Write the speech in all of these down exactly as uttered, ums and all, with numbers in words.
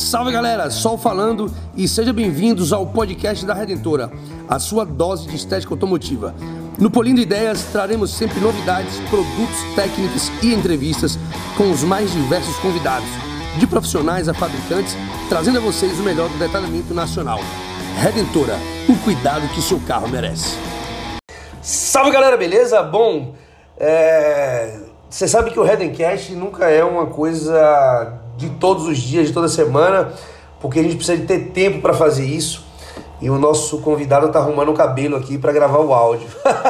Salve galera, Sol falando e sejam bem-vindos ao podcast da Redentora, a sua dose de estética automotiva. No Polindo Ideias traremos sempre novidades, produtos, técnicas e entrevistas com os mais diversos convidados, de profissionais a fabricantes, trazendo a vocês o melhor do detalhamento nacional. Redentora, o cuidado que seu carro merece. Salve galera, beleza? Bom, é... você sabe que o Redencast nunca é uma coisa de todos os dias, de toda semana, porque a gente precisa de ter tempo para fazer isso. E o nosso convidado tá arrumando o cabelo aqui para gravar o áudio.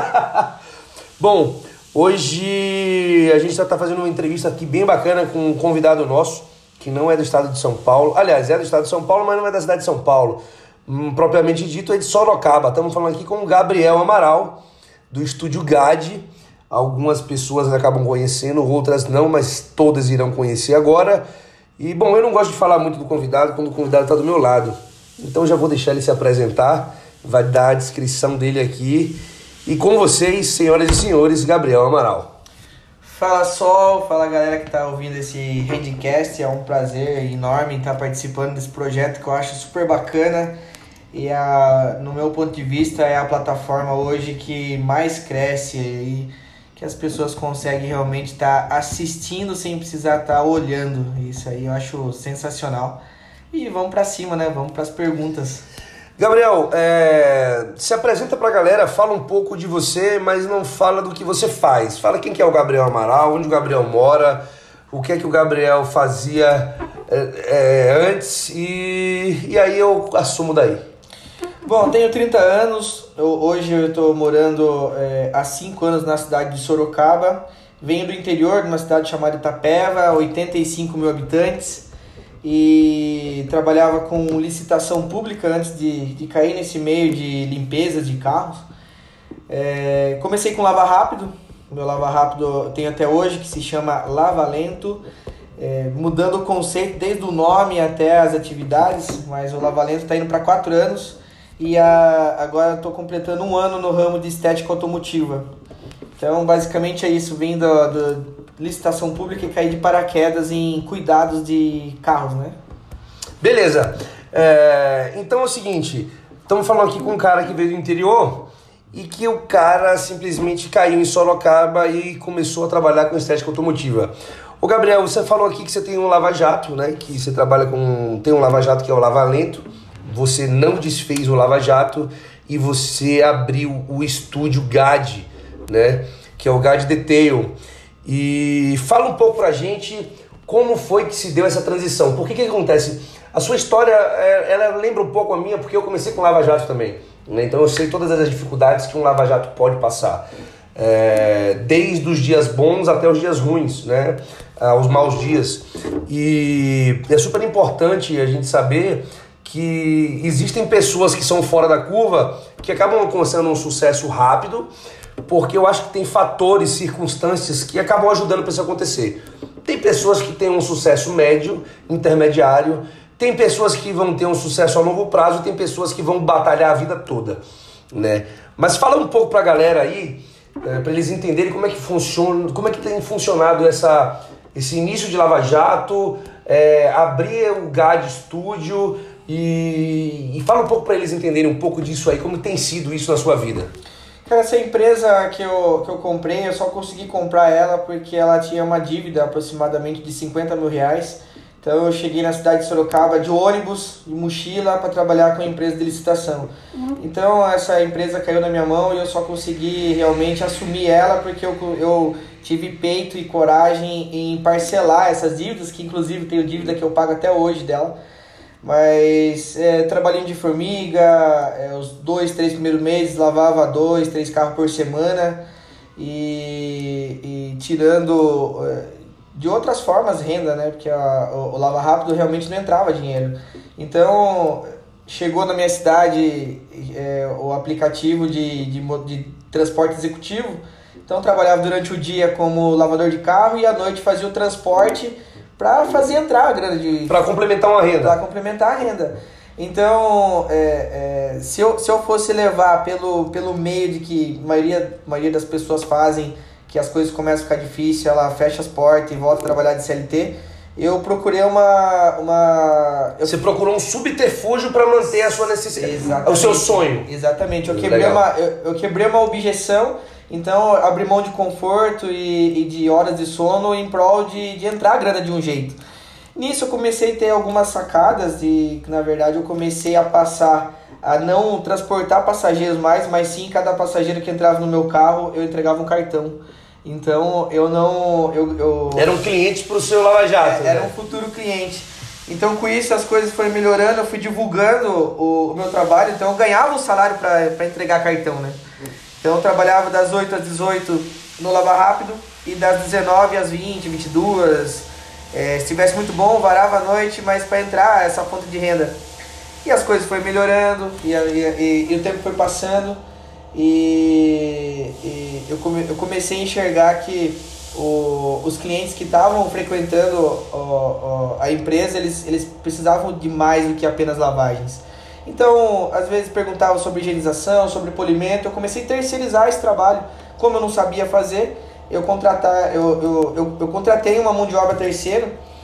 Bom, hoje a gente já tá fazendo uma entrevista aqui bem bacana com um convidado nosso, que não é do estado de São Paulo. Aliás, é do estado de São Paulo, mas não é da cidade de São Paulo. Hum, propriamente dito, é de Sorocaba. Estamos falando aqui com o Gabriel Amaral, do Estúdio G A D. Algumas pessoas acabam conhecendo, outras não, mas todas irão conhecer agora. E, bom, eu não gosto de falar muito do convidado quando o convidado está do meu lado. Então já vou deixar ele se apresentar, vai dar a descrição dele aqui. E com vocês, senhoras e senhores, Gabriel Amaral. Fala Sol, fala galera que está ouvindo esse Redcast. É um prazer enorme estar participando desse projeto que eu acho super bacana. E a, no meu ponto de vista é a plataforma hoje que mais cresce e que as pessoas conseguem realmente estar tá assistindo sem precisar estar tá olhando. Isso aí eu acho sensacional. E vamos para cima, né? Vamos para as perguntas. Gabriel, é... se apresenta para a galera, fala um pouco de você, mas não fala do que você faz. Fala quem que é o Gabriel Amaral, onde o Gabriel mora, o que é que o Gabriel fazia é, é, antes e... e aí eu assumo daí. Bom, tenho trinta anos, eu, hoje eu estou morando é, há cinco anos na cidade de Sorocaba. Venho do interior, de uma cidade chamada Itapeva, oitenta e cinco mil habitantes. E trabalhava com licitação pública antes de, de cair nesse meio de limpeza de carros. É, comecei com lava rápido, meu lava rápido eu tenho até hoje, que se chama Lava Lento. É, mudando o conceito desde o nome até as atividades, mas o Lava Lento está indo para quatro anos. E a, agora estou completando um ano no ramo de estética automotiva. Então, basicamente é isso. Vim da licitação pública e caí de paraquedas em cuidados de carros, né? Beleza. É, então é o seguinte. Estamos falando aqui com um cara que veio do interior e que o cara simplesmente caiu em Sorocaba e começou a trabalhar com estética automotiva. Ô Gabriel, você falou aqui que você tem um lava-jato, né? Que você trabalha com... Tem um lava-jato que é o Lava Lento. Você não desfez o Lava Jato e você abriu o estúdio G A D, né? Que é o G A D Detail. E fala um pouco pra gente como foi que se deu essa transição. Por que que acontece? A sua história, ela lembra um pouco a minha, porque eu comecei com Lava Jato também, né? Então eu sei todas as dificuldades que um Lava Jato pode passar. É, desde os dias bons até os dias ruins, né? Os maus dias. E é super importante a gente saber que existem pessoas que são fora da curva que acabam alcançando um sucesso rápido, porque eu acho que tem fatores, circunstâncias que acabam ajudando para isso acontecer. Tem pessoas que têm um sucesso médio, intermediário, tem pessoas que vão ter um sucesso a longo prazo, tem pessoas que vão batalhar a vida toda, né? Mas fala um pouco para a galera aí, é, para eles entenderem como é que funciona, como é que tem funcionado essa, esse início de Lava Jato, é, abrir o G A D Studio. E, e fala um pouco para eles entenderem um pouco disso aí, como tem sido isso na sua vida. Cara, essa empresa que eu, que eu comprei, eu só consegui comprar ela porque ela tinha uma dívida aproximadamente de cinquenta mil reais. Então eu cheguei na cidade de Sorocaba de ônibus e mochila para trabalhar com a empresa de licitação. Uhum. Então essa empresa caiu na minha mão e eu só consegui realmente assumir ela porque eu, eu tive peito e coragem em parcelar essas dívidas, que inclusive tenho dívida que eu pago até hoje dela. Mas é, trabalhinho de formiga, é, os dois, três primeiros meses lavava dois, três carros por semana e, e tirando é, de outras formas renda, né? Porque a, o, o Lava Rápido realmente não entrava dinheiro. Então chegou na minha cidade é, o aplicativo de, de, de transporte executivo. Então trabalhava durante o dia como lavador de carro e à noite fazia o transporte para fazer entrar a grana de... Para complementar uma renda. Para complementar a renda. Então, é, é, se, eu, se eu fosse levar pelo, pelo meio de que a maioria, a maioria das pessoas fazem, que as coisas começam a ficar difíceis, ela fecha as portas e volta a trabalhar de C L T, eu procurei uma... uma eu... Você procurou um subterfúgio para manter a sua necessidade, Exatamente. o seu sonho. Exatamente, eu quebrei, uma, eu, eu quebrei uma objeção, então eu abri mão de conforto e, e de horas de sono em prol de, de entrar a grana de um jeito. Nisso eu comecei a ter algumas sacadas e, na verdade, eu comecei a passar a não transportar passageiros mais, mas sim cada passageiro que entrava no meu carro, eu entregava um cartão. Então eu não... Eu, eu... Era um cliente para o seu Lava Jato. É, era né? um futuro cliente. Então com isso as coisas foram melhorando, eu fui divulgando o, o meu trabalho, então eu ganhava um salário para entregar cartão, né? Então eu trabalhava das oito às dezoito no Lava Rápido e das dezenove às vinte, vinte e duas. É, se estivesse muito bom, varava a noite, mas para entrar essa fonte de renda. E as coisas foram melhorando, e, e, e, e o tempo foi passando, e, e eu, come, eu comecei a enxergar que o, os clientes que estavam frequentando o, o, a empresa, eles, eles precisavam de mais do que apenas lavagens. Então, às vezes perguntavam sobre higienização, sobre polimento, eu comecei a terceirizar esse trabalho. Como eu não sabia fazer, eu, contratar, eu, eu, eu, eu contratei uma mão de obra terceiro,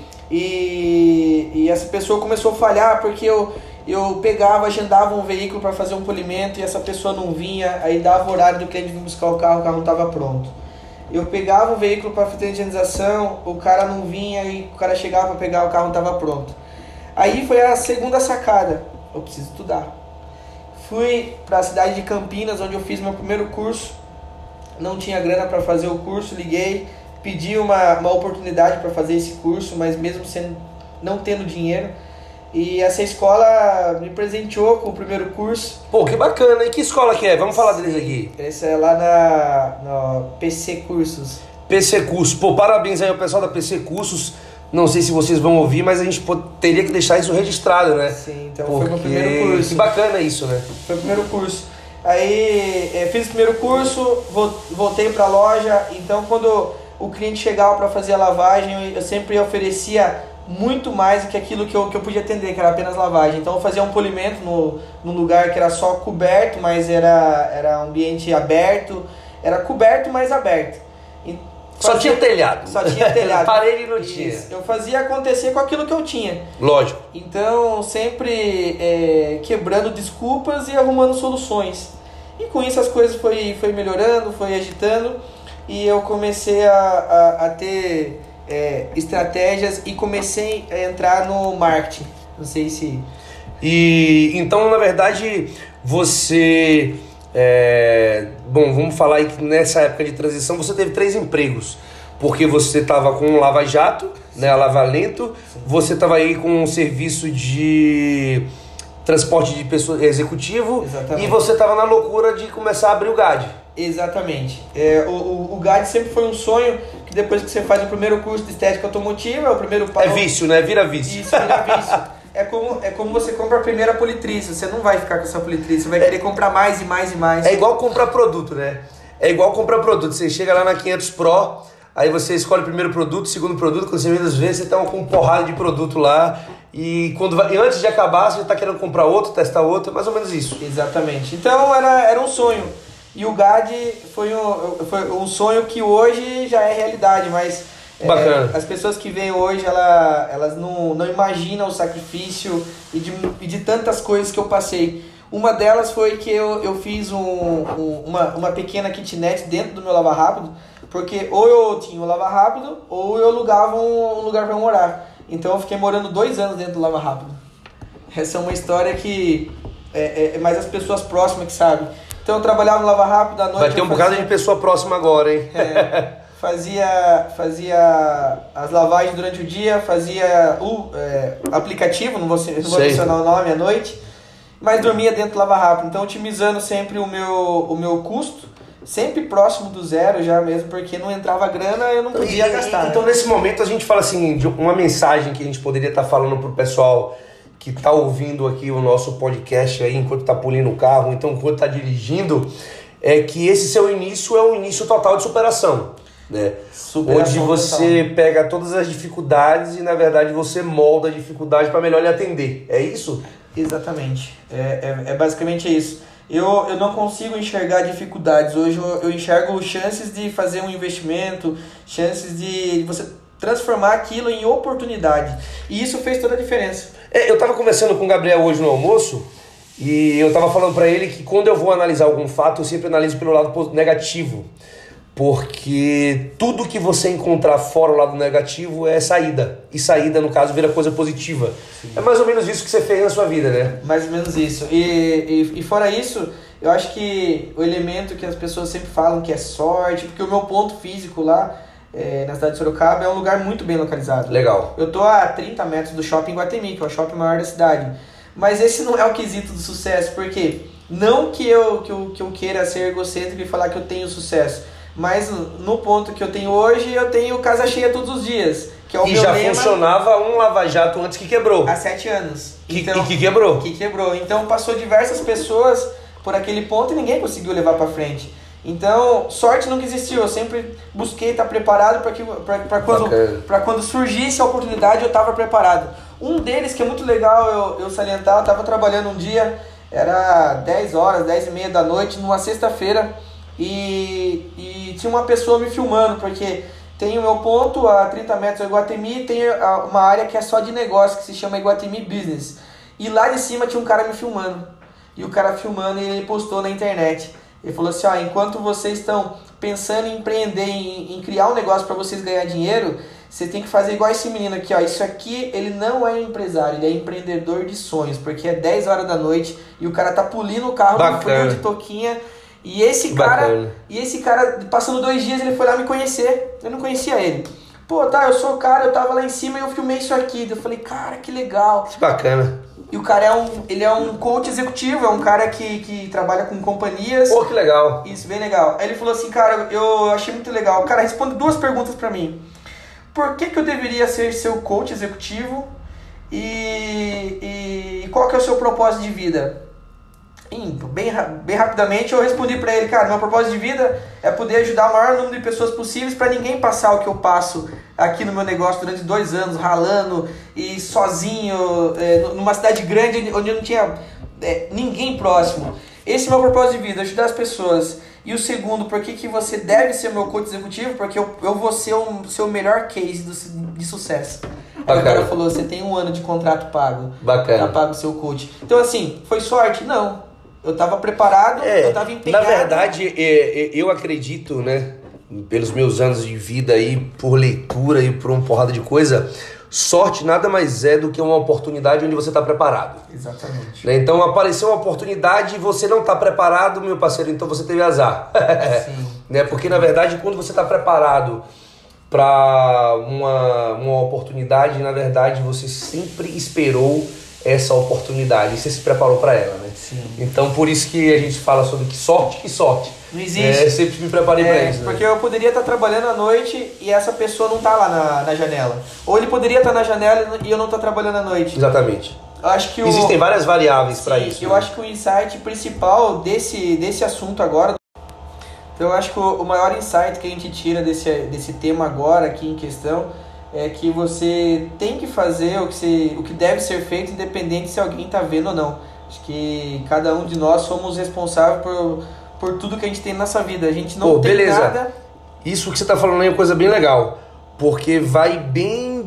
e, e essa pessoa começou a falhar porque eu... Eu pegava, agendava um veículo para fazer um polimento e essa pessoa não vinha, aí dava o horário do cliente vir buscar o carro, o carro não estava pronto. Eu pegava o veículo para fazer a higienização, o cara não vinha e o cara chegava para pegar, o carro não estava pronto. Aí foi a segunda sacada, eu preciso estudar. Fui para a cidade de Campinas, onde eu fiz meu primeiro curso, não tinha grana para fazer o curso, liguei, pedi uma, uma oportunidade para fazer esse curso, mas mesmo sendo, não tendo dinheiro, e essa escola me presenteou com o primeiro curso. Pô, que bacana. E que escola que é? Vamos falar deles aqui. Esse é lá na, na P C Cursos. P C Cursos. Pô, parabéns aí ao pessoal da P C Cursos. Não sei se vocês vão ouvir, mas a gente pô, teria que deixar isso registrado, né? Sim, então Porque... foi meu primeiro curso. Que bacana isso, né? Foi o primeiro curso. Aí é, fiz o primeiro curso, voltei para a loja. Então quando o cliente chegava para fazer a lavagem, eu sempre oferecia muito mais do que aquilo que eu, que eu podia atender, que era apenas lavagem. Então eu fazia um polimento no, num lugar que era só coberto, mas era, era um ambiente aberto, era coberto, mas aberto. E só fazia, tinha telhado. Só tinha telhado. Parede não tinha. Isso. Eu fazia acontecer com aquilo que eu tinha. Lógico. Então sempre é, quebrando desculpas e arrumando soluções. E com isso as coisas foi, foi melhorando, foi agitando, e eu comecei a, a, a ter... É, estratégias e comecei a entrar no marketing. Não sei se... E então, na verdade, você... É, bom, vamos falar aí que nessa época de transição você teve três empregos. Porque você estava com o Lava Jato, né, a Lava Lento. Sim. Você estava aí com um serviço de transporte de pessoa executivo. Exatamente. E você estava na loucura de começar a abrir o G A D. Exatamente. É, o, o, o G A D sempre foi um sonho, que depois que você faz o primeiro curso de estética automotiva, é o primeiro passo. É vício, né? Vira vício. Isso, vira vício. É como, é como você compra a primeira politriz, você não vai ficar com essa politriz, você vai querer comprar mais e mais e mais. É igual comprar produto, né? É igual comprar produto. Você chega lá na quinhentos Pro, aí você escolhe o primeiro produto, o segundo produto, quando você vê às vezes você tá com porrada de produto lá. E, quando vai, e antes de acabar, você já tá querendo comprar outro, testar outro, é mais ou menos isso. Exatamente. Então era, era um sonho. E o G A D foi um, foi um sonho que hoje já é realidade, mas Bacana. É, as pessoas que vêm hoje, ela, elas não, não imaginam o sacrifício e de, e de tantas coisas que eu passei. Uma delas foi que eu, eu fiz um, um, uma, uma pequena kitnet dentro do meu Lava Rápido, porque ou eu tinha um Lava Rápido ou eu alugava um, um lugar para morar. Então eu fiquei morando dois anos dentro do Lava Rápido. Essa é uma história que é, é mais as pessoas próximas que sabem. Então eu trabalhava no Lava Rápido à noite. Vai ter um bocado de pessoa próxima agora, hein? É, fazia, fazia as lavagens durante o dia, fazia o é, aplicativo, não vou, não vou mencionar o nome, à noite, mas dormia dentro do Lava Rápido. Então otimizando sempre o meu, o meu custo, sempre próximo do zero já mesmo, porque não entrava grana, eu não podia e, gastar. Então, né? Nesse momento a gente fala assim, de uma mensagem que a gente poderia estar falando pro pessoal que está ouvindo aqui o nosso podcast aí enquanto está polindo o carro, então enquanto está dirigindo, é que esse seu início é um início total de superação, né? Superação onde você total. Pega todas as dificuldades e na verdade você molda a dificuldade para melhor lhe atender, é isso? Exatamente, é, é, é basicamente isso. Eu, eu não consigo enxergar dificuldades, hoje eu, eu enxergo chances de fazer um investimento, chances de você transformar aquilo em oportunidade. E isso fez toda a diferença. É, eu tava conversando com o Gabriel hoje no almoço e eu tava falando pra ele que quando eu vou analisar algum fato, eu sempre analiso pelo lado negativo. Porque tudo que você encontrar fora o lado negativo é saída. E saída, no caso, vira coisa positiva. Sim. É mais ou menos isso que você fez na sua vida, né? Mais ou menos isso. E, e, e fora isso, eu acho que o elemento que as pessoas sempre falam que é sorte, porque o meu ponto físico lá, é, na cidade de Sorocaba, é um lugar muito bem localizado. Legal. Eu tô a trinta metros do Shopping Iguatemi, que é o shopping maior da cidade. Mas esse não é o quesito do sucesso, porque não que eu, que eu, que eu queira ser egocêntrico e falar que eu tenho sucesso, mas no ponto que eu tenho hoje, eu tenho casa cheia todos os dias. Que é o e meu já lema, funcionava um lava-jato antes que quebrou. há sete anos. Que, então, e que quebrou. Que quebrou. Então passou diversas pessoas por aquele ponto e ninguém conseguiu levar pra frente. Então, sorte nunca existiu. Eu sempre busquei estar preparado para que para quando, pra quando surgisse a oportunidade eu estava preparado. Um deles que é muito legal eu, eu salientar, eu estava trabalhando um dia, era dez horas, dez e meia da noite, numa sexta-feira, e, e tinha uma pessoa me filmando, porque tem o meu ponto a trinta metros do Iguatemi, tem uma área que é só de negócio, que se chama Iguatemi Business. E lá de cima tinha um cara me filmando. E o cara filmando e ele postou na internet. Ele falou assim, ó, enquanto vocês estão pensando em empreender, em, em criar um negócio para vocês ganhar dinheiro, você tem que fazer igual esse menino aqui, ó. Isso aqui, ele não é empresário, ele é empreendedor de sonhos, porque é dez horas da noite e o cara tá pulindo o carro no frio de toquinha. E esse cara, Bacana. e esse cara, passando dois dias, ele foi lá me conhecer. Eu não conhecia ele. Pô, tá, eu sou o cara, eu tava lá em cima e eu filmei isso aqui. Eu falei, cara, que legal. Que bacana. E o cara é um, ele é um coach executivo, é um cara que, que trabalha com companhias. Pô, que legal. Isso, bem legal. Aí ele falou assim, cara, eu achei muito legal. Cara, responde duas perguntas pra mim. Por que que eu deveria ser seu coach executivo? E, e qual que é o seu propósito de vida? Bem, bem rapidamente eu respondi pra ele, cara, meu propósito de vida é poder ajudar o maior número de pessoas possíveis para ninguém passar o que eu passo aqui no meu negócio durante dois anos, ralando e sozinho, é, numa cidade grande onde eu não tinha é, ninguém próximo. Esse é o meu propósito de vida, ajudar as pessoas. E o segundo, por que que você deve ser meu coach executivo? Porque eu, eu vou ser o seu melhor case do, de sucesso. Aí o cara falou, você tem um ano de contrato pago. Bacana. Tá pago o seu coach. Então assim, foi sorte? Não. Eu estava preparado, é, eu estava empenhado. Na verdade, é, é, eu acredito, né, pelos meus anos de vida aí, por leitura e por uma porrada de coisa, sorte nada mais é do que uma oportunidade onde você está preparado. Exatamente. Né? Então apareceu uma oportunidade e você não está preparado, meu parceiro, então você teve azar. Sim. Né? Porque na verdade, quando você está preparado para uma, uma oportunidade, na verdade você sempre esperou essa oportunidade e você se preparou para ela, né? Sim. Então por isso que a gente fala sobre que sorte, que sorte. Não existe. É, sempre me preparei é, para isso. Porque né? eu poderia estar trabalhando à noite e essa pessoa não tá lá na, na janela. Ou ele poderia estar na janela e eu não estar trabalhando à noite. Exatamente. Eu acho que o... Existem várias variáveis para isso. Eu né? acho que o insight principal desse, desse assunto agora, eu acho que o, o maior insight que a gente tira desse, desse tema agora aqui em questão é que você tem que fazer o que, você, o que deve ser feito, independente se alguém está vendo ou não. Acho que cada um de nós somos responsáveis por, por tudo que a gente tem nessa vida. A gente não Pô, tem beleza. nada... Isso que você está falando aí é uma coisa bem legal, porque vai bem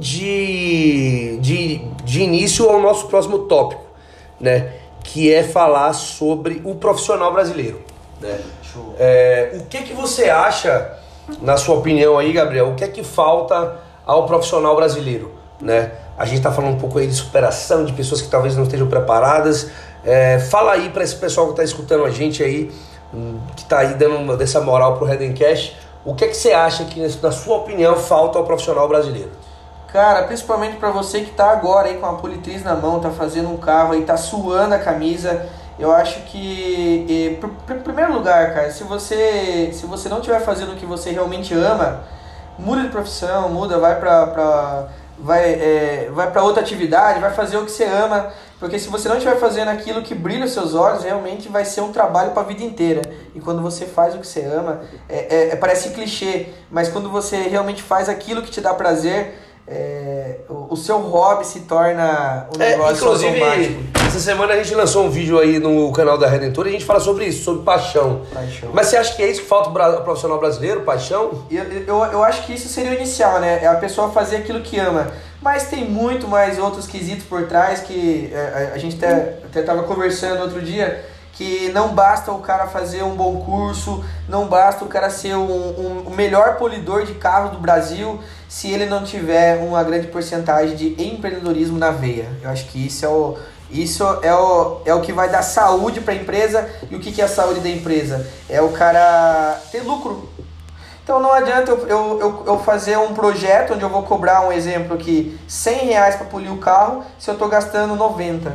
de, de, de início ao nosso próximo tópico, né? Que é falar sobre o profissional brasileiro. Né? É, o que, que você acha, na sua opinião aí, Gabriel, o que é que falta ao profissional brasileiro, né? A gente tá falando um pouco aí de superação, de pessoas que talvez não estejam preparadas. É, fala aí para esse pessoal que tá escutando a gente aí, que tá aí dando uma, dessa moral pro Head and Cash, o que é que você acha que, na sua opinião, falta ao profissional brasileiro? Cara, principalmente para você que tá agora aí com a politriz na mão, tá fazendo um carro aí, tá suando a camisa, eu acho que, em primeiro lugar, cara, se você, se você não estiver fazendo o que você realmente ama, muda de profissão, muda, vai pra, pra, vai, é, vai pra outra atividade, vai fazer o que você ama, porque se você não estiver fazendo aquilo que brilha os seus olhos, realmente vai ser um trabalho para a vida inteira. E quando você faz o que você ama, é, é, parece clichê, mas quando você realmente faz aquilo que te dá prazer, é, o, o seu hobby se torna um negócio é, inclusive, automático. Essa semana a gente lançou um vídeo aí no canal da Redentor e a gente fala sobre isso, sobre paixão. Paixão. Mas você acha que é isso que falta pro profissional brasileiro, paixão? Eu, eu, eu acho que isso seria o inicial, né? É a pessoa fazer aquilo que ama. Mas tem muito mais outros quesitos por trás que a, a gente até, até tava conversando outro dia, que não basta o cara fazer um bom curso, não basta o cara ser um, um, o melhor polidor de carro do Brasil se ele não tiver uma grande porcentagem de empreendedorismo na veia. Eu acho que isso é o, isso é o, é o que vai dar saúde para a empresa. E o que, que é a saúde da empresa? É o cara ter lucro. Então não adianta eu, eu, eu, eu fazer um projeto onde eu vou cobrar, um exemplo aqui, cem reais para polir o carro se eu estou gastando noventa.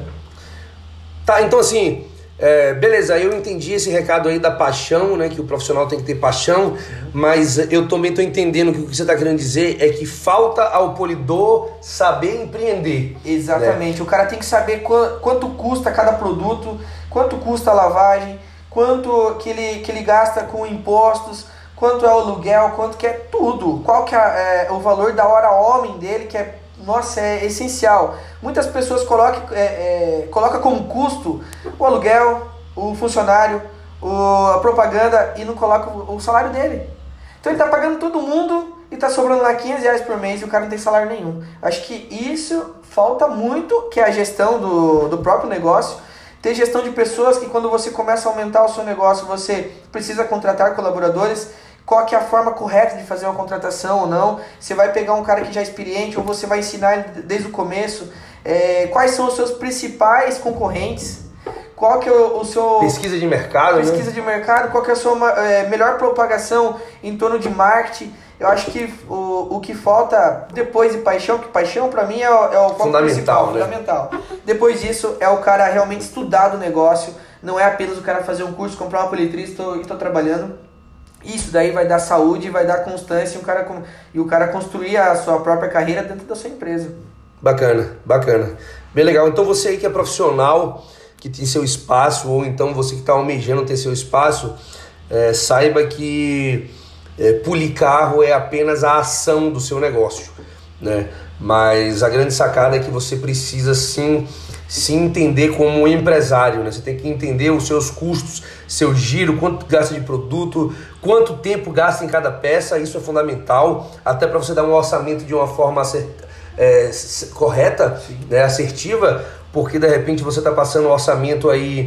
Tá, então assim... É, beleza, eu entendi esse recado aí da paixão, né? Que o profissional tem que ter paixão, mas eu também estou entendendo que o que você está querendo dizer é que falta ao polidor saber empreender. Exatamente, né? O cara tem que saber qu quanto custa cada produto, quanto custa a lavagem, quanto que ele, que ele gasta com impostos, quanto é o aluguel, quanto que é tudo, qual que é, é o valor da hora homem dele, que é, nossa, é essencial. Muitas pessoas colocam, é, é, colocam como custo o aluguel, o funcionário, o, a propaganda e não colocam o, o salário dele. Então ele está pagando todo mundo e está sobrando lá quinhentos reais por mês e o cara não tem salário nenhum. Acho que isso falta muito, que é a gestão do, do próprio negócio. Ter gestão de pessoas que quando você começa a aumentar o seu negócio, você precisa contratar colaboradores. Qual que é a forma correta de fazer uma contratação ou não? Você vai pegar um cara que já é experiente ou você vai ensinar ele desde o começo? É, quais são os seus principais concorrentes? Qual que é o, o seu... Pesquisa de mercado, Pesquisa né? de mercado. Qual que é a sua é, melhor propagação em torno de marketing? Eu acho que o, o que falta depois de paixão, que paixão para mim é o, é o foco fundamental, principal, né? fundamental. Depois disso é o cara realmente estudar do negócio. Não é apenas o cara fazer um curso, comprar uma politriz e estou trabalhando. Isso daí vai dar saúde, vai dar constância e o, cara, e o cara construir a sua própria carreira dentro da sua empresa. Bacana, bacana. Bem legal. Então você aí que é profissional, que tem seu espaço, ou então você que está almejando ter seu espaço, é, saiba que é, polir carro é apenas a ação do seu negócio, né? Mas a grande sacada é que você precisa sim se entender como empresário, né? Você tem que entender os seus custos, seu giro, quanto gasta de produto, quanto tempo gasta em cada peça. Isso é fundamental, até para você dar um orçamento de uma forma acert... é, correta, né? Assertiva, porque de repente você está passando um orçamento aí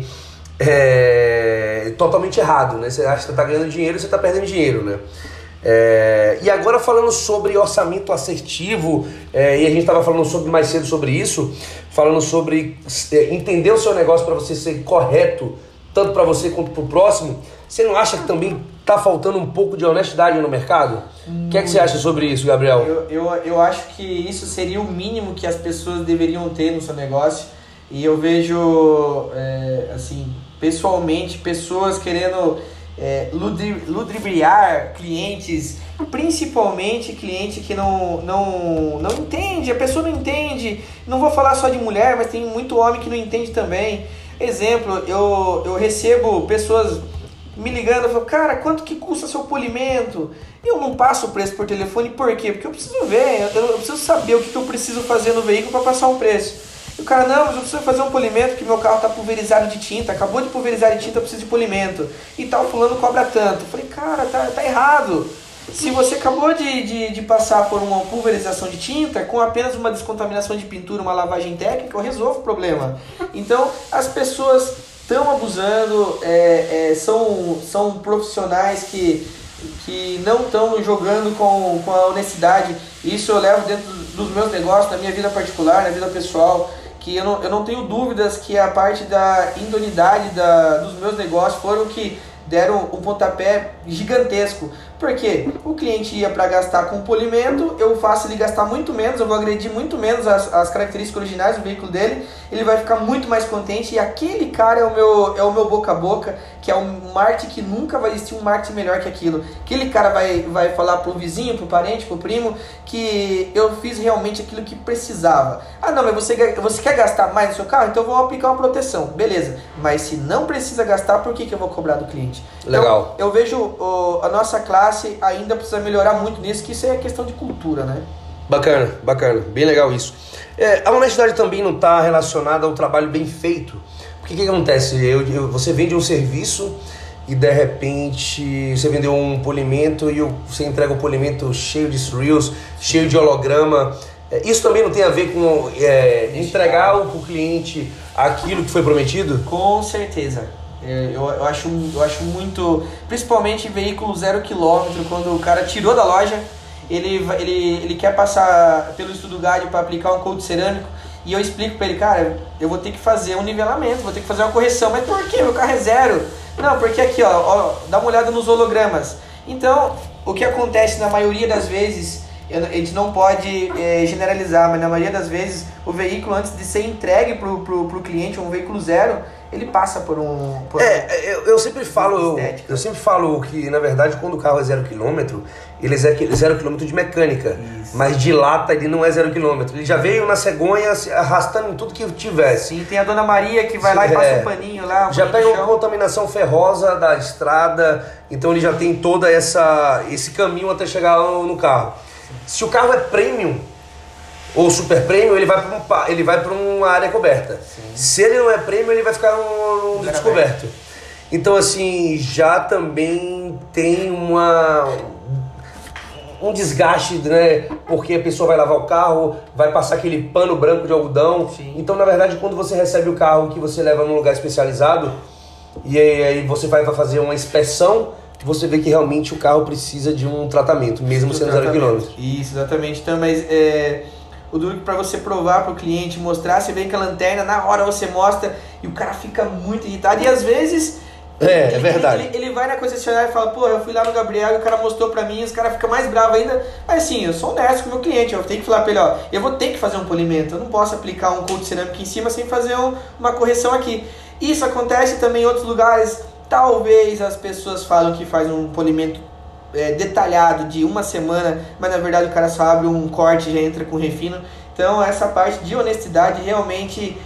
é, totalmente errado, né? Você acha que você está ganhando dinheiro e você está perdendo dinheiro, né? É, e agora falando sobre orçamento assertivo, é, e a gente estava falando sobre, mais cedo sobre isso, falando sobre é, entender o seu negócio para você ser correto, tanto para você quanto para o próximo. Você não acha que também está faltando um pouco de honestidade no mercado? O que é que você acha sobre isso, Gabriel? Eu, eu, eu acho que isso seria o mínimo que as pessoas deveriam ter no seu negócio. E eu vejo, é, assim, pessoalmente, pessoas querendo... É, ludri, ludibriar clientes, principalmente cliente que não, não, não entende, a pessoa não entende. Não vou falar só de mulher, mas tem muito homem que não entende também. Exemplo, eu, eu recebo pessoas me ligando e falam, cara, quanto que custa seu polimento? Eu não passo o preço por telefone, por quê? Porque eu preciso ver, eu, eu preciso saber o que, que eu preciso fazer no veículo para passar um preço. E o cara, não, mas eu preciso fazer um polimento porque meu carro está pulverizado de tinta, acabou de pulverizar de tinta, eu preciso de polimento. E tal, fulano cobra tanto. Eu falei, cara, tá, tá errado. Se você acabou de, de, de passar por uma pulverização de tinta, com apenas uma descontaminação de pintura, uma lavagem técnica, eu resolvo o problema. Então, as pessoas estão abusando, é, é, são, são profissionais que, que não estão jogando com, com a honestidade. Isso eu levo dentro dos meus negócios, na minha vida particular, na vida pessoal, que eu não, eu não tenho dúvidas que a parte da idoneidade da, dos meus negócios foram que deram um pontapé gigantesco. Porque o cliente ia para gastar com polimento, eu faço ele gastar muito menos, eu vou agredir muito menos as, as características originais do veículo dele, ele vai ficar muito mais contente e aquele cara é o meu, é o meu boca a boca, que é um marketing que nunca vai existir um marketing melhor que aquilo. Aquele cara vai, vai falar pro vizinho, pro parente, pro primo, que eu fiz realmente aquilo que precisava. Ah não, mas você, você quer gastar mais no seu carro? Então eu vou aplicar uma proteção, beleza. Mas se não precisa gastar, por que, que eu vou cobrar do cliente? Legal. Então, eu vejo o, a nossa classe ainda precisa melhorar muito nisso, que isso é questão de cultura, né? Bacana, bacana, bem legal isso. É, a honestidade também não está relacionada ao trabalho bem feito. Porque o que, que acontece? Eu, eu, você vende um serviço e de repente você vendeu um polimento e você entrega o polimento cheio de reels, cheio de holograma. Isso também não tem a ver com é, entregar para o cliente aquilo que foi prometido? Com certeza. Eu, eu, acho, eu acho muito, principalmente veículo zero quilômetro, quando o cara tirou da loja, ele, ele, ele quer passar pelo estudo G A D para aplicar um coat cerâmico, e eu explico para ele, cara, eu vou ter que fazer um nivelamento, vou ter que fazer uma correção. Mas por quê? Meu carro é zero. Não, porque aqui, ó, ó, dá uma olhada nos hologramas. Então, o que acontece na maioria das vezes, a gente não pode é, generalizar, mas na maioria das vezes, o veículo, antes de ser entregue pro, pro, pro cliente, um veículo zero, ele passa por um... Por é, eu, eu sempre falo, eu, eu sempre falo que, na verdade, quando o carro é zero quilômetro, ele é zero quilômetro de mecânica. Isso. Mas de lata ele não é zero quilômetro. Ele já veio na cegonha arrastando em tudo que tivesse. Sim, tem a Dona Maria que vai Sim, lá e passa é, um paninho lá. Um já pega uma contaminação ferrosa da estrada, então ele já tem toda essa esse caminho até chegar no carro. Se o carro é premium ou super premium, ele vai para um, ele vai para uma área coberta. Sim. Se ele não é premium, ele vai ficar no, no descoberto. Então, assim, já também tem uma, um desgaste, né? Porque a pessoa vai lavar o carro, vai passar aquele pano branco de algodão. Sim. Então, na verdade, quando você recebe o carro que você leva num lugar especializado, e aí você vai fazer uma inspeção, você vê que realmente o carro precisa de um tratamento, mesmo sendo zero quilômetro. Isso, exatamente. Então, mas é, o duro para você provar para o cliente, mostrar, você vê que a lanterna, na hora você mostra e o cara fica muito irritado. E às vezes, é, ele, é verdade. Ele, ele vai na concessionária e fala, pô, eu fui lá no Gabriel e o cara mostrou para mim, e os caras ficam mais bravos ainda. Mas assim, eu sou honesto com o meu cliente, eu tenho que falar para ele, ó, eu vou ter que fazer um polimento, eu não posso aplicar um coat cerâmico em cima sem fazer um, uma correção aqui. Isso acontece também em outros lugares. Talvez as pessoas falam que faz um polimento é, detalhado de uma semana, mas na verdade o cara só abre um corte e já entra com refino. Então essa parte de honestidade realmente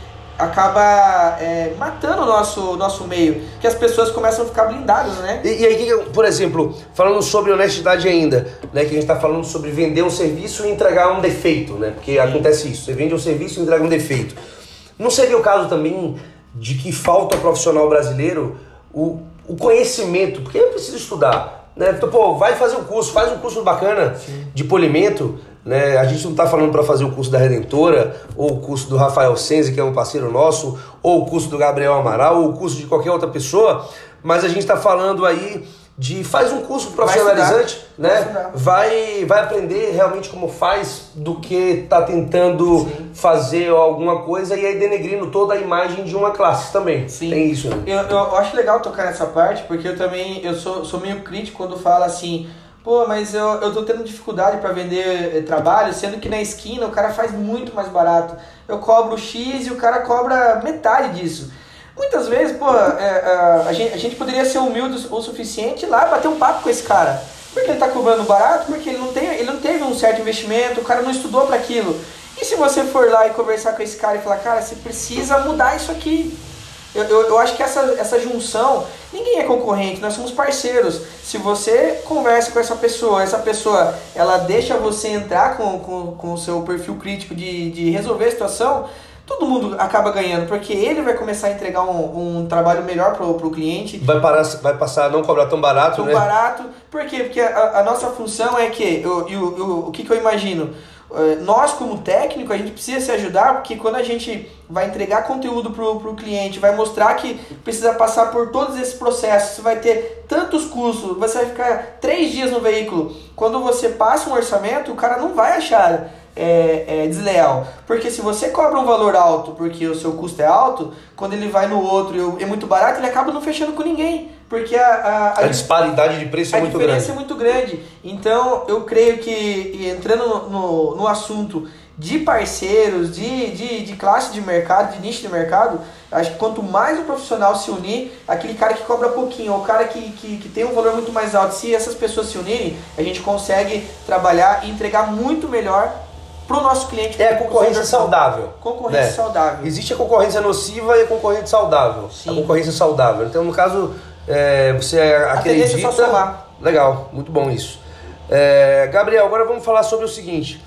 acaba é, matando o nosso, nosso meio, que as pessoas começam a ficar blindadas, né? E, e aí, por exemplo, falando sobre honestidade ainda, né, que a gente está falando sobre vender um serviço e entregar um defeito, né? Porque acontece isso, você vende um serviço e entrega um defeito. Não seria o caso também de que falta ao profissional brasileiro O, o conhecimento, porque eu preciso estudar, né? Então, pô, vai fazer um curso, faz um curso bacana Sim. de polimento, né? A gente não tá falando para fazer o curso da Redentora, ou o curso do Rafael Senzi, que é um parceiro nosso, ou o curso do Gabriel Amaral, ou o curso de qualquer outra pessoa, mas a gente tá falando aí de faz um curso profissionalizante, vai né? Vai, vai aprender realmente como faz do que tá tentando Sim. fazer alguma coisa e aí denegrindo toda a imagem de uma classe também. Sim. Tem isso, né? Eu, eu acho legal tocar nessa parte, porque eu também eu sou, sou meio crítico quando fala assim, pô, mas eu, eu tô tendo dificuldade para vender eh, trabalho, sendo que na esquina o cara faz muito mais barato. Eu cobro X e o cara cobra metade disso. Muitas vezes, pô, é, é, a, gente, a gente poderia ser humilde o suficiente lá e bater um papo com esse cara. Porque ele tá cobrando barato, porque ele não, tem, ele não teve um certo investimento, o cara não estudou para aquilo. E se você for lá e conversar com esse cara e falar, cara, você precisa mudar isso aqui. Eu, eu, eu acho que essa, essa junção, ninguém é concorrente, nós somos parceiros. Se você conversa com essa pessoa, essa pessoa ela deixa você entrar com, com, com o seu perfil crítico de, de resolver a situação, todo mundo acaba ganhando, porque ele vai começar a entregar um, um trabalho melhor pro, pro cliente. Vai, parar, vai passar a não cobrar tão barato, tão né? Tão barato. Por quê? Porque a, a nossa função é que, eu, eu, eu, o que, que eu imagino? Nós, como técnico, a gente precisa se ajudar, porque quando a gente vai entregar conteúdo pro, pro cliente, vai mostrar que precisa passar por todos esses processos, você vai ter tantos custos, você vai ficar três dias no veículo. Quando você passa um orçamento, o cara não vai achar é, é, desleal. Porque se você cobra um valor alto porque o seu custo é alto, quando ele vai no outro e é muito barato, ele acaba não fechando com ninguém. Porque a, a, a, a disparidade de preço é muito grande. A diferença é muito grande. Então, eu creio que, entrando no, no, no assunto de parceiros, de, de, de classe de mercado, de nicho de mercado, acho que quanto mais o profissional se unir, aquele cara que cobra pouquinho, ou o cara que, que, que tem um valor muito mais alto, se essas pessoas se unirem, a gente consegue trabalhar e entregar muito melhor para o nosso cliente. É a concorrência saudável. Concorrência né? saudável. Existe a concorrência nociva e a concorrência saudável. Sim. A concorrência saudável. Então, no caso... É, você acredita... A só somar. Legal, muito bom isso. É, Gabriel, agora vamos falar sobre o seguinte.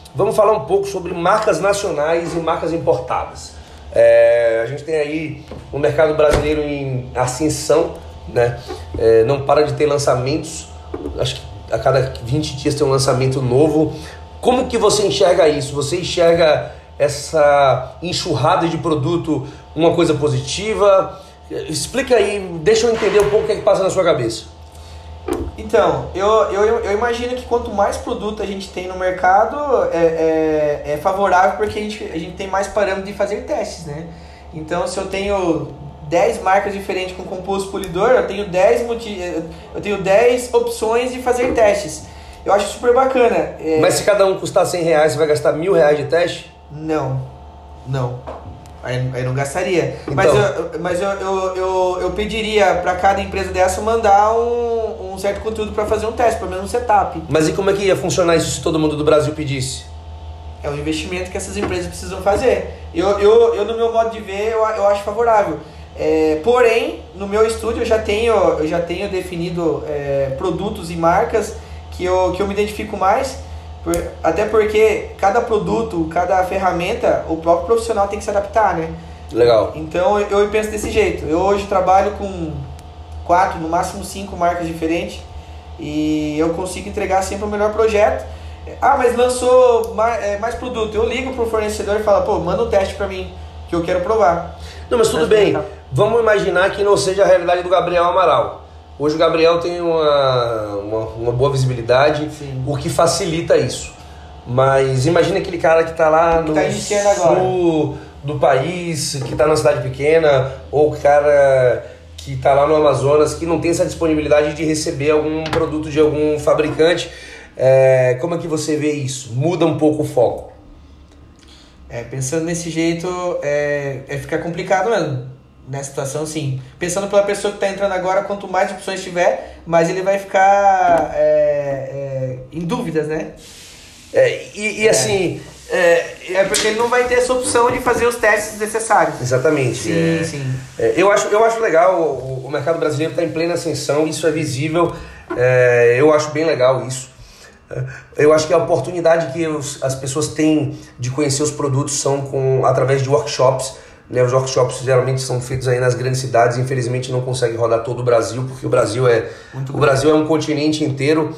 vamos falar um pouco sobre marcas nacionais e marcas importadas. É, a gente tem aí o mercado brasileiro em ascensão, né? É, não para de ter lançamentos, acho que a cada vinte dias tem um lançamento novo. Como que você enxerga isso? Você enxerga essa enxurrada de produto uma coisa positiva? Explica aí, deixa eu entender um pouco o que é que passa na sua cabeça. Então, eu, eu, eu imagino que quanto mais produto a gente tem no mercado, é, é, é favorável porque a gente, a gente tem mais parâmetro de fazer testes, né? Então, se eu tenho dez marcas diferentes com composto polidor, eu tenho dez, eu tenho dez opções de fazer testes. Eu acho super bacana. É... Mas se cada um custar cem reais, você vai gastar mil reais de teste? Não, não. Aí, aí não gastaria. Então. Mas, eu, mas eu, eu, eu, eu pediria para cada empresa dessa mandar um, um certo conteúdo para fazer um teste, pelo menos um setup. Mas e como é que ia funcionar isso se todo mundo do Brasil pedisse? É um investimento que essas empresas precisam fazer. Eu, eu, eu no meu modo de ver, eu, eu acho favorável. É, porém, no meu estúdio eu já tenho, eu já tenho definido é, produtos e marcas que eu, que eu me identifico mais. Até porque cada produto, cada ferramenta, o próprio profissional tem que se adaptar, né? Legal. Então eu, eu penso desse jeito. Eu hoje trabalho com quatro, no máximo cinco marcas diferentes e eu consigo entregar sempre o melhor projeto. Ah, mas lançou mais, é, mais produto. Eu ligo pro fornecedor e falo, pô, manda um teste pra mim que eu quero provar. Não, mas tudo bem. Vamos imaginar que não seja a realidade do Gabriel Amaral. Hoje o Gabriel tem uma, uma, uma boa visibilidade, Sim. O que facilita isso. Mas imagina aquele cara que está lá no tá sul do país, que está numa cidade pequena, ou o cara que está lá no Amazonas, que não tem essa disponibilidade de receber algum produto de algum fabricante. É, como é que você vê isso? Muda um pouco o foco. É, pensando nesse jeito, é, é ficar complicado mesmo. Nessa situação, sim. Pensando pela pessoa que está entrando agora, quanto mais opções tiver, mais ele vai ficar é, é, em dúvidas, né? É, e, e assim... É, é porque ele não vai ter essa opção de fazer os testes necessários. Exatamente. Sim, é, sim. É, eu, acho, eu acho legal, o, o mercado brasileiro está em plena ascensão, isso é visível, é, eu acho bem legal isso. Eu acho que a oportunidade que os, as pessoas têm de conhecer os produtos são com, através de workshops. Né, os workshops geralmente são feitos aí nas grandes cidades, infelizmente não consegue rodar todo o Brasil, porque o Brasil é, Muito o bom. Brasil é um continente inteiro,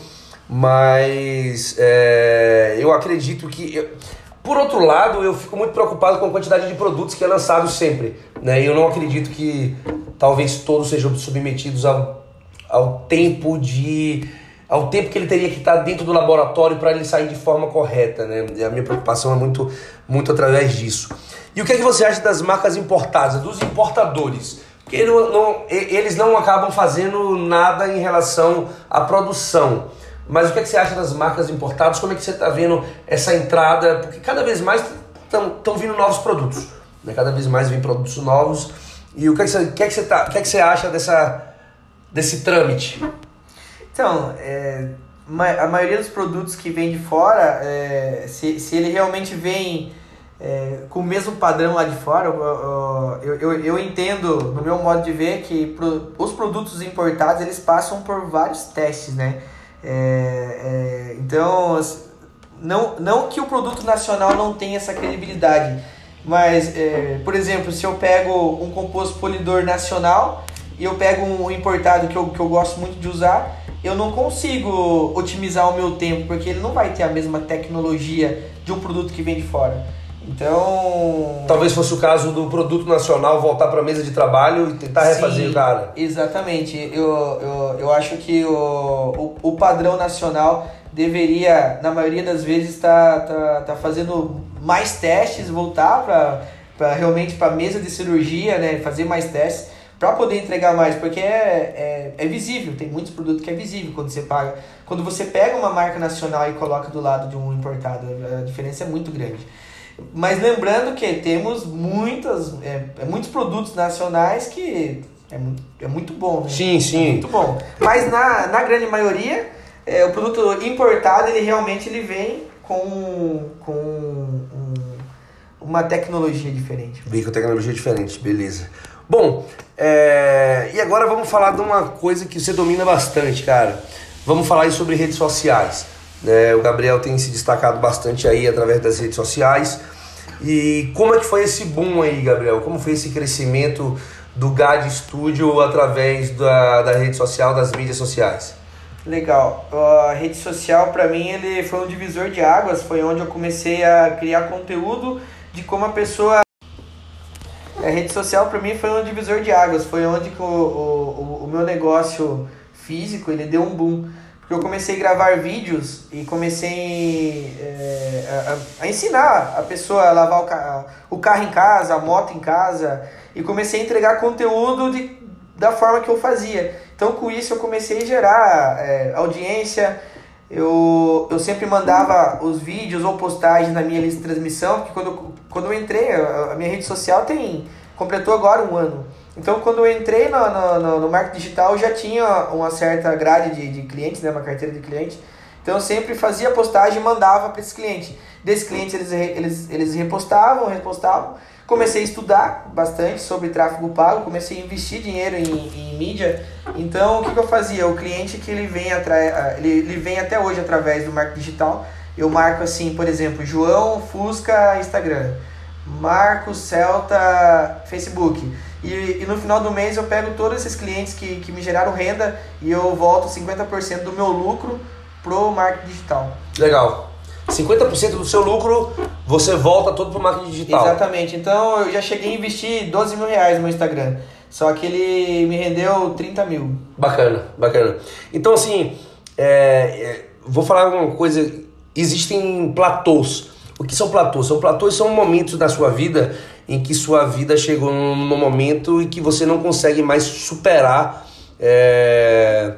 mas é, eu acredito que... Eu, por outro lado, eu fico muito preocupado com a quantidade de produtos que é lançado sempre. Né, e eu não acredito que talvez todos sejam submetidos ao, ao tempo de... ao tempo que ele teria que estar dentro do laboratório para ele sair de forma correta, né? E a minha preocupação é muito, muito através disso. E o que é que você acha das marcas importadas, dos importadores? Porque ele não, não, eles não acabam fazendo nada em relação à produção. Mas o que é que você acha das marcas importadas? Como é que você está vendo essa entrada? Porque cada vez mais estão vindo novos produtos. Né? Cada vez mais vem produtos novos. E o que é que você, o que é que você, tá, o que é que você acha dessa, desse trâmite? Então, é, a maioria dos produtos que vem de fora, é, se, se ele realmente vem é, com o mesmo padrão lá de fora, eu, eu, eu entendo, no meu modo de ver, que pro, os produtos importados eles passam por vários testes, né? É, é, então, não, não que o produto nacional não tenha essa credibilidade, mas, é, por exemplo, se eu pego um composto polidor nacional e eu pego um importado que eu, que eu gosto muito de usar, eu não consigo otimizar o meu tempo, porque ele não vai ter a mesma tecnologia de um produto que vem de fora. Então... Talvez fosse o caso do produto nacional voltar para a mesa de trabalho e tentar refazer. Sim, o cara. Exatamente. Eu, eu, eu acho que o, o, o padrão nacional deveria, na maioria das vezes, estar tá, tá, tá fazendo mais testes, voltar para realmente para a mesa de cirurgia, né, fazer mais testes, para poder entregar mais, porque é, é, é visível, tem muitos produtos que é visível quando você paga. Quando você pega uma marca nacional e coloca do lado de um importado, a diferença é muito grande. Mas lembrando que temos muitas, é, muitos produtos nacionais que é muito, é muito bom, né? Sim, sim. É muito bom. Mas na, na grande maioria, é, o produto importado, ele realmente ele vem com, com um, uma tecnologia diferente. Vem com tecnologia diferente, beleza. Bom, é, e agora vamos falar de uma coisa que você domina bastante, cara. Vamos falar aí sobre redes sociais. né? O Gabriel tem se destacado bastante aí através das redes sociais. E como é que foi esse boom aí, Gabriel? Como foi esse crescimento do G A D Studio através da, da rede social, das mídias sociais? Legal. A rede social, para mim, ele foi um divisor de águas. Foi onde eu comecei a criar conteúdo de como a pessoa... A rede social, para mim, foi um divisor de águas. Foi onde que o, o, o meu negócio físico, ele deu um boom. Porque eu comecei a gravar vídeos e comecei é, a, a ensinar a pessoa a lavar o, ca o carro em casa, a moto em casa. E comecei a entregar conteúdo de, da forma que eu fazia. Então, com isso, eu comecei a gerar é, audiência. Eu, eu sempre mandava os vídeos ou postagens na minha lista de transmissão, porque quando, quando eu entrei, a, a minha rede social tem, completou agora um ano. Então, quando eu entrei no, no, no, no marketing digital, eu já tinha uma certa grade de, de clientes, né, uma carteira de clientes. Então, eu sempre fazia postagem e mandava para esses clientes. Desses clientes, eles, eles, eles repostavam, repostavam. Comecei a estudar bastante sobre tráfego pago, comecei a investir dinheiro em, em mídia. Então, o que, que eu fazia? O cliente que ele vem, atra... ele, ele vem até hoje através do marketing digital, eu marco assim, por exemplo, João Fusca Instagram, Marcos Celta Facebook. E, e no final do mês eu pego todos esses clientes que, que me geraram renda e eu volto cinquenta por cento do meu lucro pro marketing digital. Legal. cinquenta por cento do seu lucro você volta todo pro marketing digital. Exatamente. Então eu já cheguei a investir doze mil reais no meu Instagram. Só que ele me rendeu trinta mil. Bacana, bacana. Então assim, é, é, vou falar uma coisa. Existem platôs. O que são platôs? São platôs são momentos da sua vida em que sua vida chegou num momento em que você não consegue mais superar. É,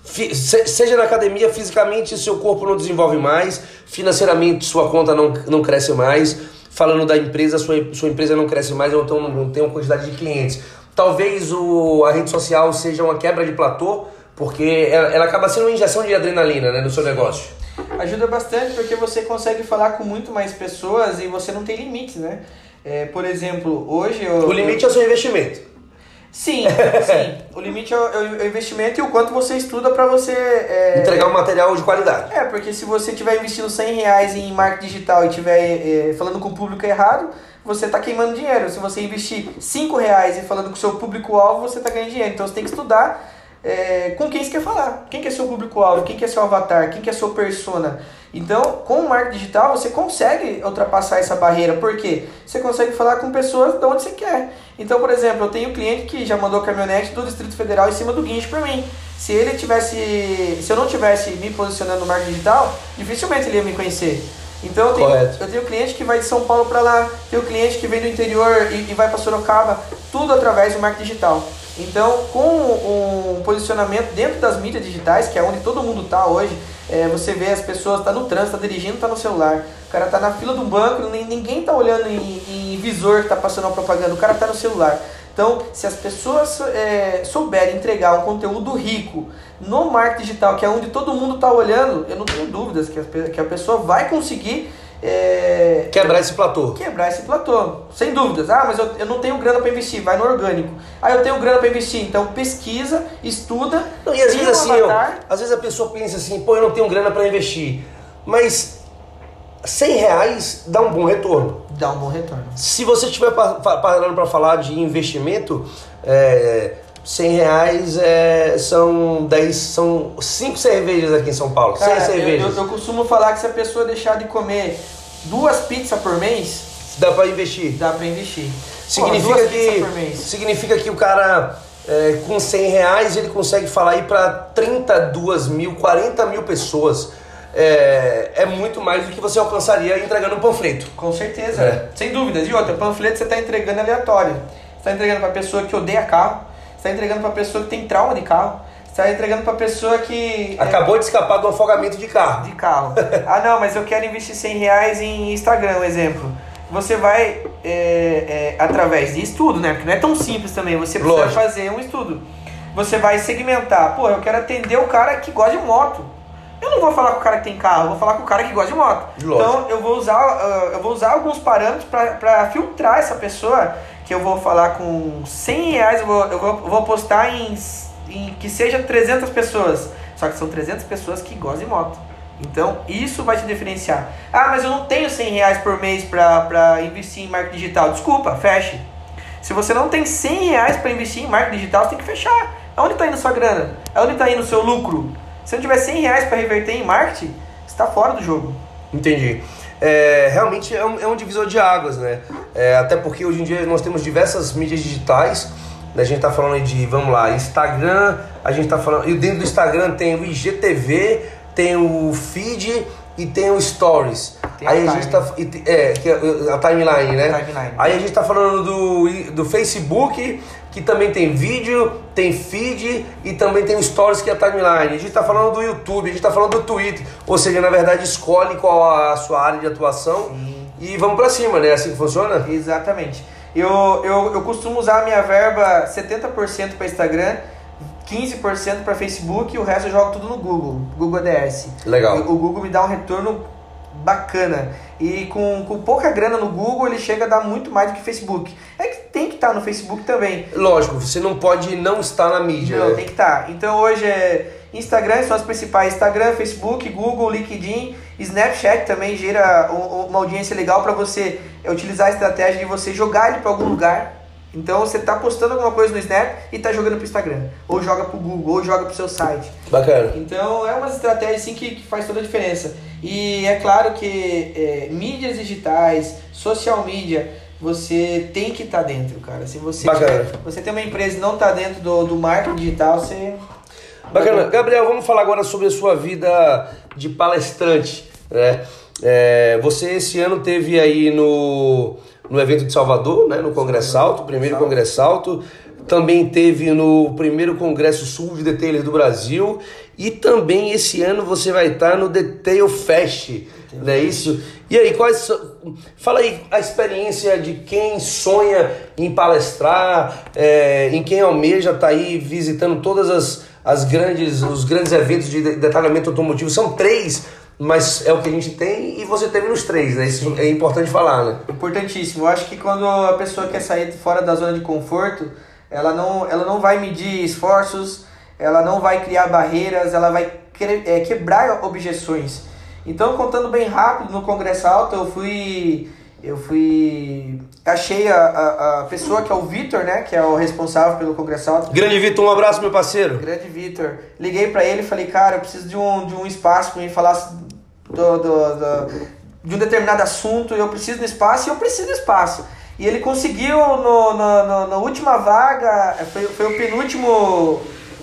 seja na academia, fisicamente seu corpo não desenvolve mais, financeiramente sua conta não, não cresce mais, falando da empresa, sua, sua empresa não cresce mais, então não, não tem uma quantidade de clientes. Talvez o, a rede social seja uma quebra de platô, porque ela, ela acaba sendo uma injeção de adrenalina, né, no seu negócio. Ajuda bastante porque você consegue falar com muito mais pessoas e você não tem limites, né? É, por exemplo, hoje... Eu, o limite eu... é o seu investimento. Sim, sim. O limite é o, é o investimento e o quanto você estuda para você... É... entregar um material de qualidade. É, porque se você estiver investindo cem reais em marketing digital e estiver é, falando com o público errado, você está queimando dinheiro. Se você investir cinco reais e falando com o seu público-alvo, você está ganhando dinheiro. Então você tem que estudar é, com quem você quer falar. Quem que é seu público-alvo, quem que é seu avatar, quem que é sua persona. Então, com o marketing digital, você consegue ultrapassar essa barreira. Por quê? Você consegue falar com pessoas de onde você quer. Então, por exemplo, eu tenho um cliente que já mandou caminhonete do Distrito Federal em cima do guincho para mim. Se ele tivesse, se eu não tivesse me posicionando no marketing digital, dificilmente ele ia me conhecer. Então, eu tenho, eu tenho cliente que vai de São Paulo para lá, tenho cliente que vem do interior e, e vai para Sorocaba, tudo através do marketing digital. Então, com um posicionamento dentro das mídias digitais, que é onde todo mundo está hoje, é, você vê as pessoas, tá no trânsito, tá dirigindo, tá no celular. O cara tá na fila do banco, ninguém tá olhando em, em visor que tá passando uma propaganda, o cara tá no celular. Então, se as pessoas é, souberem entregar um conteúdo rico no marketing digital, que é onde todo mundo tá olhando, eu não tenho dúvidas que a, que a pessoa vai conseguir É, quebrar esse platô. Quebrar esse platô, sem dúvidas. Ah, mas eu, eu não tenho grana para investir, vai no orgânico. Ah, eu tenho grana para investir, então pesquisa, estuda. Não, e às vezes assim, ó, às vezes a pessoa pensa assim, pô, eu não tenho grana para investir. Mas cem reais dá um bom retorno. Dá um bom retorno. Se você estiver parando para falar de investimento, é, cem reais é, são dez, são cinco cervejas aqui em São Paulo. Cara, cem cervejas. Eu, eu, eu costumo falar que se a pessoa deixar de comer duas pizzas por mês, dá para investir. Dá para investir. Significa Pô, que significa que o cara é, com cem reais ele consegue falar aí para trinta e duas mil, quarenta mil pessoas. É, é muito mais do que você alcançaria entregando um panfleto. Com certeza, é. Sem dúvidas. E outra, panfleto você está entregando aleatório. Você está entregando para pessoa que odeia carro. Você está entregando para pessoa que tem trauma de carro. Você está entregando para pessoa que... acabou é... de escapar do afogamento de carro. De carro. Ah, não, mas eu quero investir cem reais em Instagram, um exemplo. Você vai, é, é, através de estudo, né? Porque não é tão simples também. Você precisa Lógico. fazer um estudo. Você vai segmentar. Pô, eu quero atender o cara que gosta de moto. Eu não vou falar com o cara que tem carro, eu vou falar com o cara que gosta de moto. Lógico. Então eu vou usar, uh, eu vou usar alguns parâmetros para filtrar essa pessoa, que eu vou falar com cem reais, eu vou, eu vou, eu vou postar em, em que seja trezentas pessoas. Só que são trezentas pessoas que gostam de moto. Então, isso vai te diferenciar. Ah, mas eu não tenho cem reais por mês para investir em marketing digital. Desculpa, feche. Se você não tem cem reais para investir em marketing digital, você tem que fechar. Aonde está indo sua grana? Aonde está indo o seu lucro? Se não tiver cem reais para reverter em marketing, você está fora do jogo. Entendi. É, realmente é um, é um divisor de águas, né? É, até porque hoje em dia nós temos diversas mídias digitais. A gente tá falando aí de, vamos lá, Instagram, a gente tá falando... E dentro do Instagram tem o I G T V, tem o Feed e tem o Stories. Tem aí a, a gente tá... É, que é a timeline, né? A timeline. Aí a gente tá falando do, do Facebook, que também tem vídeo, tem feed e também tem o Stories, que é a timeline. A gente tá falando do YouTube, a gente tá falando do Twitter. Ou seja, na verdade, escolhe qual a sua área de atuação. Sim. E vamos pra cima, né? É assim que funciona? Exatamente. Eu, eu, eu costumo usar a minha verba setenta por cento para Instagram, quinze por cento para Facebook e o resto eu jogo tudo no Google, Google A D S. Legal. O, o Google me dá um retorno bacana. E com, com pouca grana no Google, ele chega a dar muito mais do que Facebook. É que tem que estar no Facebook também. Lógico, você não pode não estar na mídia. Não, né? tem que estar. Então hoje é Instagram, são as principais: Instagram, Facebook, Google, LinkedIn, Snapchat também gera uma audiência legal para você utilizar a estratégia de você jogar ele para algum lugar. Então você está postando alguma coisa no Snap e está jogando para o Instagram, ou joga para o Google, ou joga para o seu site. Bacana. Então é uma estratégia assim, que, que faz toda a diferença. E é claro que é, mídias digitais, social media, você tem que estar tá dentro, cara. Se você, tiver, você tem uma empresa e não está dentro do, do marketing digital, você... Bacana. Gabriel, vamos falar agora sobre a sua vida de palestrante, né? É, você esse ano teve aí no, no evento de Salvador, né? No Congresso Alto, primeiro Congresso Alto. Também teve no primeiro Congresso Sul de Detailers do Brasil. E também esse ano você vai estar no Detail Fest, não é isso? E aí, quais, fala aí a experiência de quem sonha em palestrar, é, em quem almeja estar aí visitando todas as, as grandes, os grandes eventos de detalhamento automotivo. São três, mas é o que a gente tem e você teve nos três, né? Isso é importante falar, né? Importantíssimo. Eu acho que quando a pessoa quer sair fora da zona de conforto, ela não, ela não vai medir esforços, ela não vai criar barreiras, ela vai querer, é, quebrar objeções. Então, contando bem rápido, no Congresso Alto eu fui... Eu fui... Achei a, a, a pessoa que é o Vitor, né? Que é o responsável pelo Congresso Alto. Grande Vitor, um abraço, meu parceiro. Grande Vitor. Liguei pra ele e falei, cara, eu preciso de um, de um espaço pra mim falar do, do, do, de um determinado assunto. Eu preciso de espaço e eu preciso de espaço. E ele conseguiu no, no, no, na última vaga, foi, foi o penúltimo...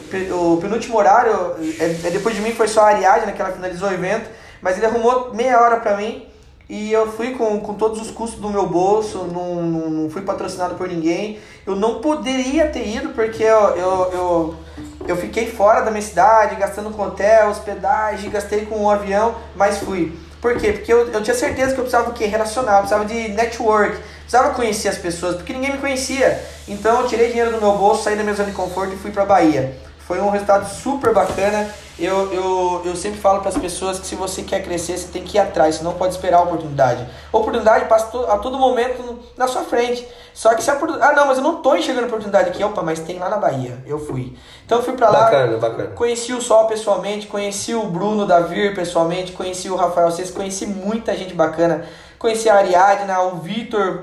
O penúltimo horário, é, depois de mim foi só a Ariadne, que ela finalizou o evento, mas ele arrumou meia hora pra mim e eu fui com, com todos os custos do meu bolso, não, não, não fui patrocinado por ninguém. Eu não poderia ter ido porque eu, eu, eu, eu fiquei fora da minha cidade, gastando com hotel, hospedagem, gastei com um avião, mas fui. Por quê? Porque eu, eu tinha certeza que eu precisava do quê? Relacionar, eu precisava de network, precisava conhecer as pessoas, porque ninguém me conhecia. Então eu tirei dinheiro do meu bolso, saí da minha zona de conforto e fui pra Bahia. Foi um resultado super bacana. Eu, eu, eu sempre falo para as pessoas que se você quer crescer, você tem que ir atrás, você não pode esperar a oportunidade. A oportunidade passa a todo momento na sua frente. Só que se a oportunidade... Ah, não, mas eu não estou enxergando a oportunidade aqui. Opa, mas tem lá na Bahia. Eu fui. Então eu fui para lá, bacana, bacana. Conheci o Sol pessoalmente, conheci o Bruno da Vir pessoalmente, conheci o Rafael Cês, conheci muita gente bacana. Conheci a Ariadne, o Vitor...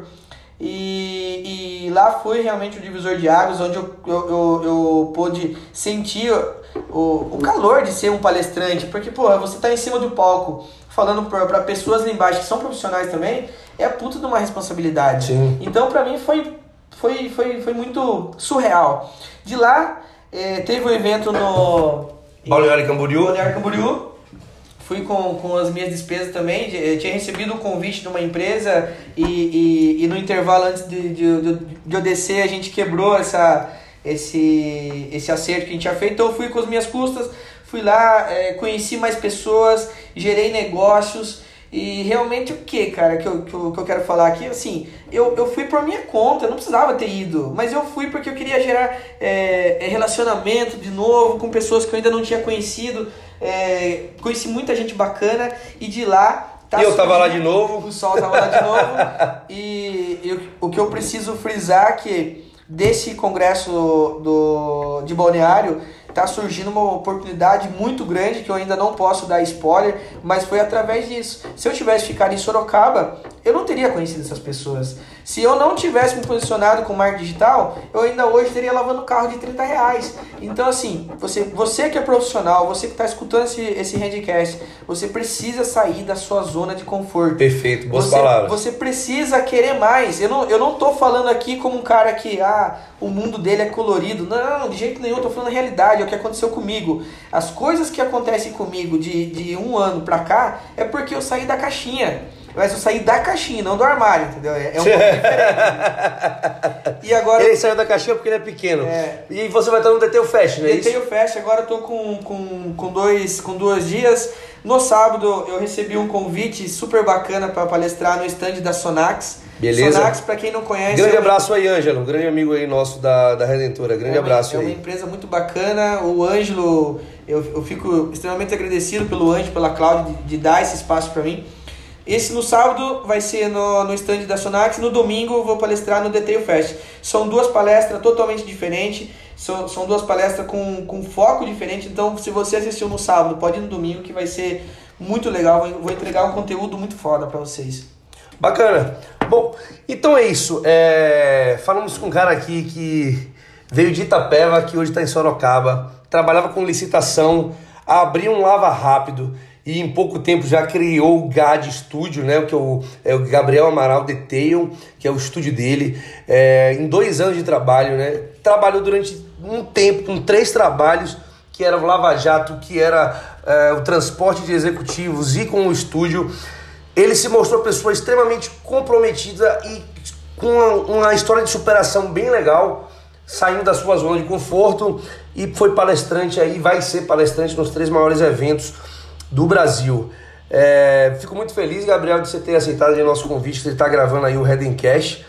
E, e lá foi realmente o divisor de águas, onde eu, eu, eu, eu pude sentir o, o calor de ser um palestrante, porque pô, você tá em cima do palco falando para pessoas lá embaixo que são profissionais também, é a puta de uma responsabilidade. Sim. Então pra mim foi, foi, foi, foi muito surreal. De lá é, teve um evento no Balneário Camboriú. Balneário Camboriú. Fui com, com as minhas despesas também, eu tinha recebido um convite de uma empresa e, e, e no intervalo antes de, de, de, de eu descer a gente quebrou essa, esse, esse acerto que a gente tinha feito, então eu fui com as minhas custas, fui lá, é, conheci mais pessoas, gerei negócios e realmente o que, cara, que eu, que, eu, que eu quero falar aqui, assim, eu, eu fui por minha conta, eu não precisava ter ido, mas eu fui porque eu queria gerar é, relacionamento de novo com pessoas que eu ainda não tinha conhecido. É, conheci muita gente bacana e de lá... Tá e eu tava lá de novo. O Sol tava lá de novo. E eu, o que eu preciso frisar é que desse congresso do, de Balneário, tá surgindo uma oportunidade muito grande que eu ainda não posso dar spoiler, mas foi através disso. Se eu tivesse ficado em Sorocaba, eu não teria conhecido essas pessoas. Se eu não tivesse me posicionado com marketing digital, eu ainda hoje teria lavando carro de trinta reais. Então assim, você, você que é profissional, você que está escutando esse, esse handcast, você precisa sair da sua zona de conforto. Perfeito, boas você, palavras. Você precisa querer mais. Eu não, eu não tô falando aqui como um cara que, ah, o mundo dele é colorido. Não, de jeito nenhum, eu tô falando a realidade, é o que aconteceu comigo. As coisas que acontecem comigo de, de um ano pra cá, é porque eu saí da caixinha. Mas eu saí da caixinha, não do armário, entendeu? É, é um pouco diferente. E agora... Ele saiu da caixinha porque ele é pequeno. É. E você vai estar no Detail Fest, não é isso? Detail Fest, agora eu tô com, com, com, dois, com dois dias. No sábado eu recebi um convite super bacana para palestrar no stand da Sonax. Beleza. Sonax, para quem não conhece... Grande é uma... abraço aí, Ângelo. Um grande amigo aí nosso da, da Redentora. Grande é uma, abraço é aí. É uma empresa muito bacana. O Ângelo, eu, eu fico extremamente agradecido pelo Ângelo, pela Cláudia, de, de dar esse espaço para mim. Esse no sábado vai ser no, no stand da Sonax, no domingo eu vou palestrar no Detail Fest. São duas palestras totalmente diferentes, são, são duas palestras com, com foco diferente, então se você assistiu no sábado, pode ir no domingo que vai ser muito legal, vou, vou entregar um conteúdo muito foda pra vocês. Bacana. Bom, então é isso, é... falamos com um cara aqui que veio de Itapeva, que hoje está em Sorocaba, trabalhava com licitação, abriu um lava rápido, e em pouco tempo já criou o G A D Studio, né, que é o, é o Gabriel Amaral Detail, que é o estúdio dele, é, em dois anos de trabalho, né, trabalhou durante um tempo com três trabalhos, que era o Lava Jato, que era é, o transporte de executivos e com o estúdio. Ele se mostrou pessoa extremamente comprometida e com uma, uma história de superação bem legal, saindo da sua zona de conforto e foi palestrante aí, vai ser palestrante nos três maiores eventos do Brasil. É, fico muito feliz, Gabriel, de você ter aceitado o nosso convite, de estar gravando aí o Redencast.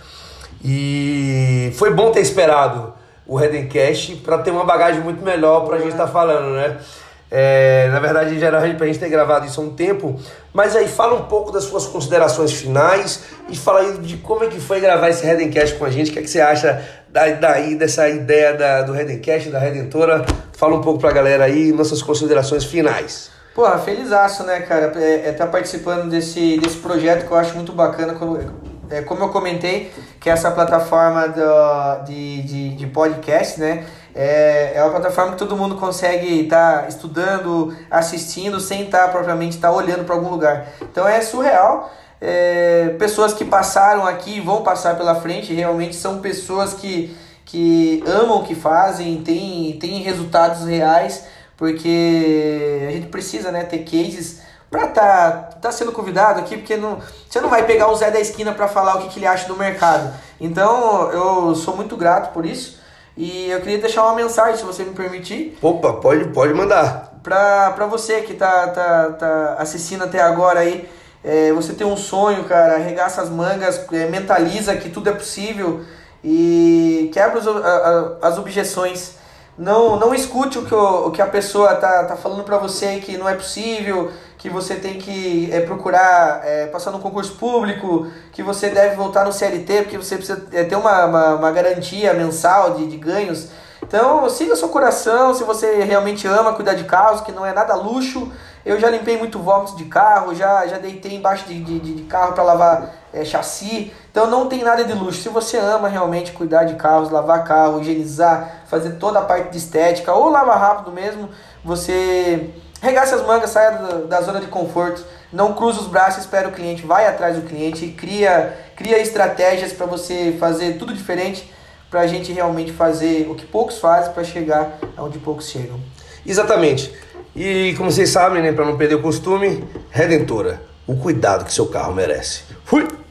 E foi bom ter esperado o Redencast para ter uma bagagem muito melhor para a gente estar tá falando, né? É, na verdade, já era pra gente ter gravado isso há um tempo, mas aí fala um pouco das suas considerações finais e fala aí de como é que foi gravar esse Redencast com a gente, o que é que você acha daí, dessa ideia da, do Redencast, da Redentora. Fala um pouco pra galera aí, nossas considerações finais. Porra, felizaço, né, cara, é, é tá participando desse, desse projeto que eu acho muito bacana, como, é, como eu comentei, que é essa plataforma do, de, de, de podcast, né, é, é uma plataforma que todo mundo consegue estar tá estudando, assistindo, sem estar tá, propriamente estar tá olhando para algum lugar. Então é surreal, é, pessoas que passaram aqui e vão passar pela frente, realmente são pessoas que, que amam o que fazem, têm, têm resultados reais, porque a gente precisa, né, ter cases para tá, tá sendo convidado aqui, porque não, você não vai pegar o Zé da esquina para falar o que, que ele acha do mercado. Então eu sou muito grato por isso e eu queria deixar uma mensagem, se você me permitir. Opa, pode, pode mandar. Para você que tá, tá, tá assistindo até agora aí, é, você tem um sonho, cara, arregaça as mangas, é, mentaliza que tudo é possível e quebra os, a, a, as objeções. Não, não escute o que, o, o que a pessoa tá, tá falando pra você que não é possível, que você tem que é, procurar é, passar no concurso público, que você deve voltar no C L T, porque você precisa é, ter uma, uma, uma garantia mensal de, de ganhos. Então siga seu coração, se você realmente ama cuidar de carros, que não é nada luxo. Eu já limpei muito vômito de carro, já, já deitei embaixo de, de, de carro para lavar é, chassi. Então não tem nada de luxo. Se você ama realmente cuidar de carros, lavar carro, higienizar, fazer toda a parte de estética ou lavar rápido mesmo, você regaça as mangas, saia da, da zona de conforto, não cruza os braços, espera o cliente, vai atrás do cliente, cria, cria estratégias para você fazer tudo diferente, para a gente realmente fazer o que poucos fazem para chegar aonde poucos chegam. Exatamente. E como vocês sabem, né, para não perder o costume, Redentora, o cuidado que seu carro merece. Fui!